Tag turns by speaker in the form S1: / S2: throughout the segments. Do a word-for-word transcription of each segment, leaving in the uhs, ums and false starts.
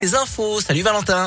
S1: Les infos, salut Valentin.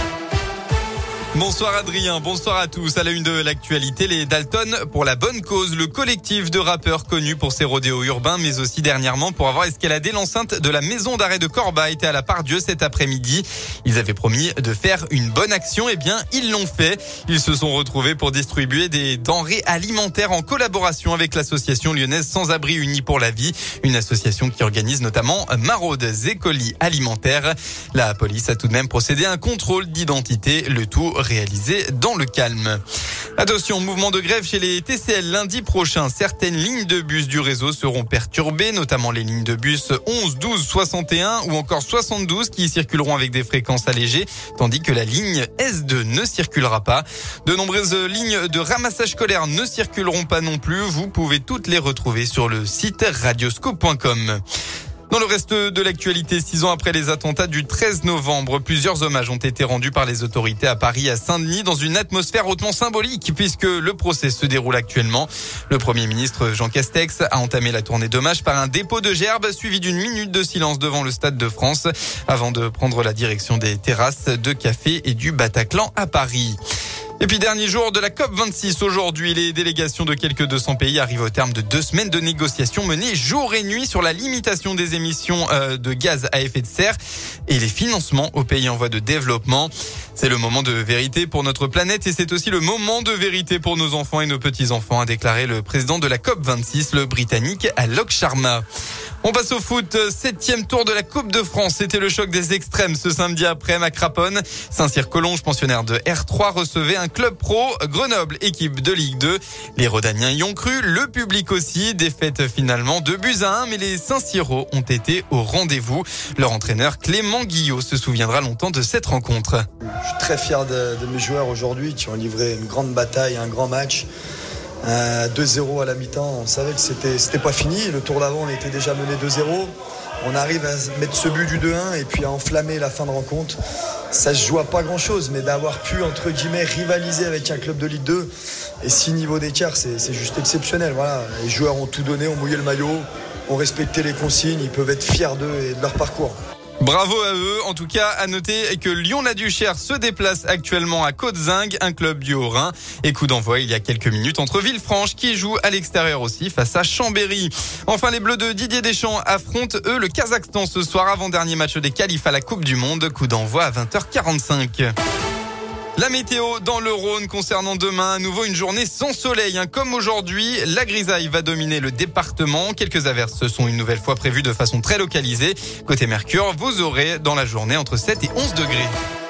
S2: Bonsoir Adrien, bonsoir à tous. À la une de l'actualité, les Dalton pour la bonne cause. Le collectif de rappeurs connu pour ses rodéos urbains, mais aussi dernièrement pour avoir escaladé l'enceinte de la maison d'arrêt de Corba était à la Part-Dieu cet après-midi. Ils avaient promis de faire une bonne action. Eh bien, ils l'ont fait. Ils se sont retrouvés pour distribuer des denrées alimentaires en collaboration avec l'association lyonnaise Sans Abri Unis pour la Vie. Une association qui organise notamment maraudes et colis alimentaires. La police a tout de même procédé à un contrôle d'identité. Le tout réalisé dans le calme. Attention, mouvement de grève chez les T C L lundi prochain. Certaines lignes de bus du réseau seront perturbées, notamment les lignes de bus onze, douze, soixante et un ou encore soixante-douze qui circuleront avec des fréquences allégées, tandis que la ligne S deux ne circulera pas. De nombreuses lignes de ramassage scolaire ne circuleront pas non plus. Vous pouvez toutes les retrouver sur le site radioscope point com. Dans le reste de l'actualité, six ans après les attentats du treize novembre, plusieurs hommages ont été rendus par les autorités à Paris, à Saint-Denis, dans une atmosphère hautement symbolique, puisque le procès se déroule actuellement. Le Premier ministre Jean Castex a entamé la tournée d'hommage par un dépôt de gerbes, suivi d'une minute de silence devant le Stade de France, avant de prendre la direction des terrasses de café et du Bataclan à Paris. Et puis dernier jour de la COP vingt-six aujourd'hui, les délégations de quelques deux cents pays arrivent au terme de deux semaines de négociations menées jour et nuit sur la limitation des émissions de gaz à effet de serre et les financements aux pays en voie de développement. C'est le moment de vérité pour notre planète et c'est aussi le moment de vérité pour nos enfants et nos petits-enfants, a déclaré le président de la COP vingt-six, le Britannique Alok Sharma. On passe au foot, septième tour de la Coupe de France. C'était le choc des extrêmes ce samedi après-midi à Craponne. Saint-Cyr-Collonges, pensionnaire de R trois, recevait un club pro, Grenoble, équipe de Ligue deux. Les Rodaniens y ont cru, le public aussi. Défaite finalement deux buts à un, mais les Saint-Cyrois ont été au rendez-vous. Leur entraîneur Clément Guillot se souviendra longtemps de cette rencontre.
S3: Je suis très fier de, de mes joueurs aujourd'hui qui ont livré une grande bataille, un grand match. Euh, deux zéro à la mi-temps, on savait que c'était, c'était pas fini. Le tour d'avant, on était déjà mené deux zéro. On arrive à mettre ce but du deux un et puis à enflammer la fin de rencontre. Ça se joue à pas grand-chose, mais d'avoir pu, entre guillemets, rivaliser avec un club de Ligue deux et six niveaux d'écart, c'est, c'est juste exceptionnel. Voilà. Les joueurs ont tout donné, ont mouillé le maillot, ont respecté les consignes, ils peuvent être fiers d'eux et de leur parcours.
S2: Bravo à eux. En tout cas, à noter que Lyon-la-Duchère se déplace actuellement à Côte-Zingue, un club du Haut-Rhin. Et coup d'envoi il y a quelques minutes entre Villefranche qui joue à l'extérieur aussi face à Chambéry. Enfin, les Bleus de Didier Deschamps affrontent eux le Kazakhstan ce soir, avant-dernier match des qualifs à la Coupe du Monde. Coup d'envoi à vingt heures quarante-cinq. La météo dans le Rhône concernant demain, à nouveau une journée sans soleil. Hein. Comme aujourd'hui, la grisaille va dominer le département. Quelques averses sont une nouvelle fois prévues de façon très localisée. Côté Mercure, vous aurez dans la journée entre sept et onze degrés.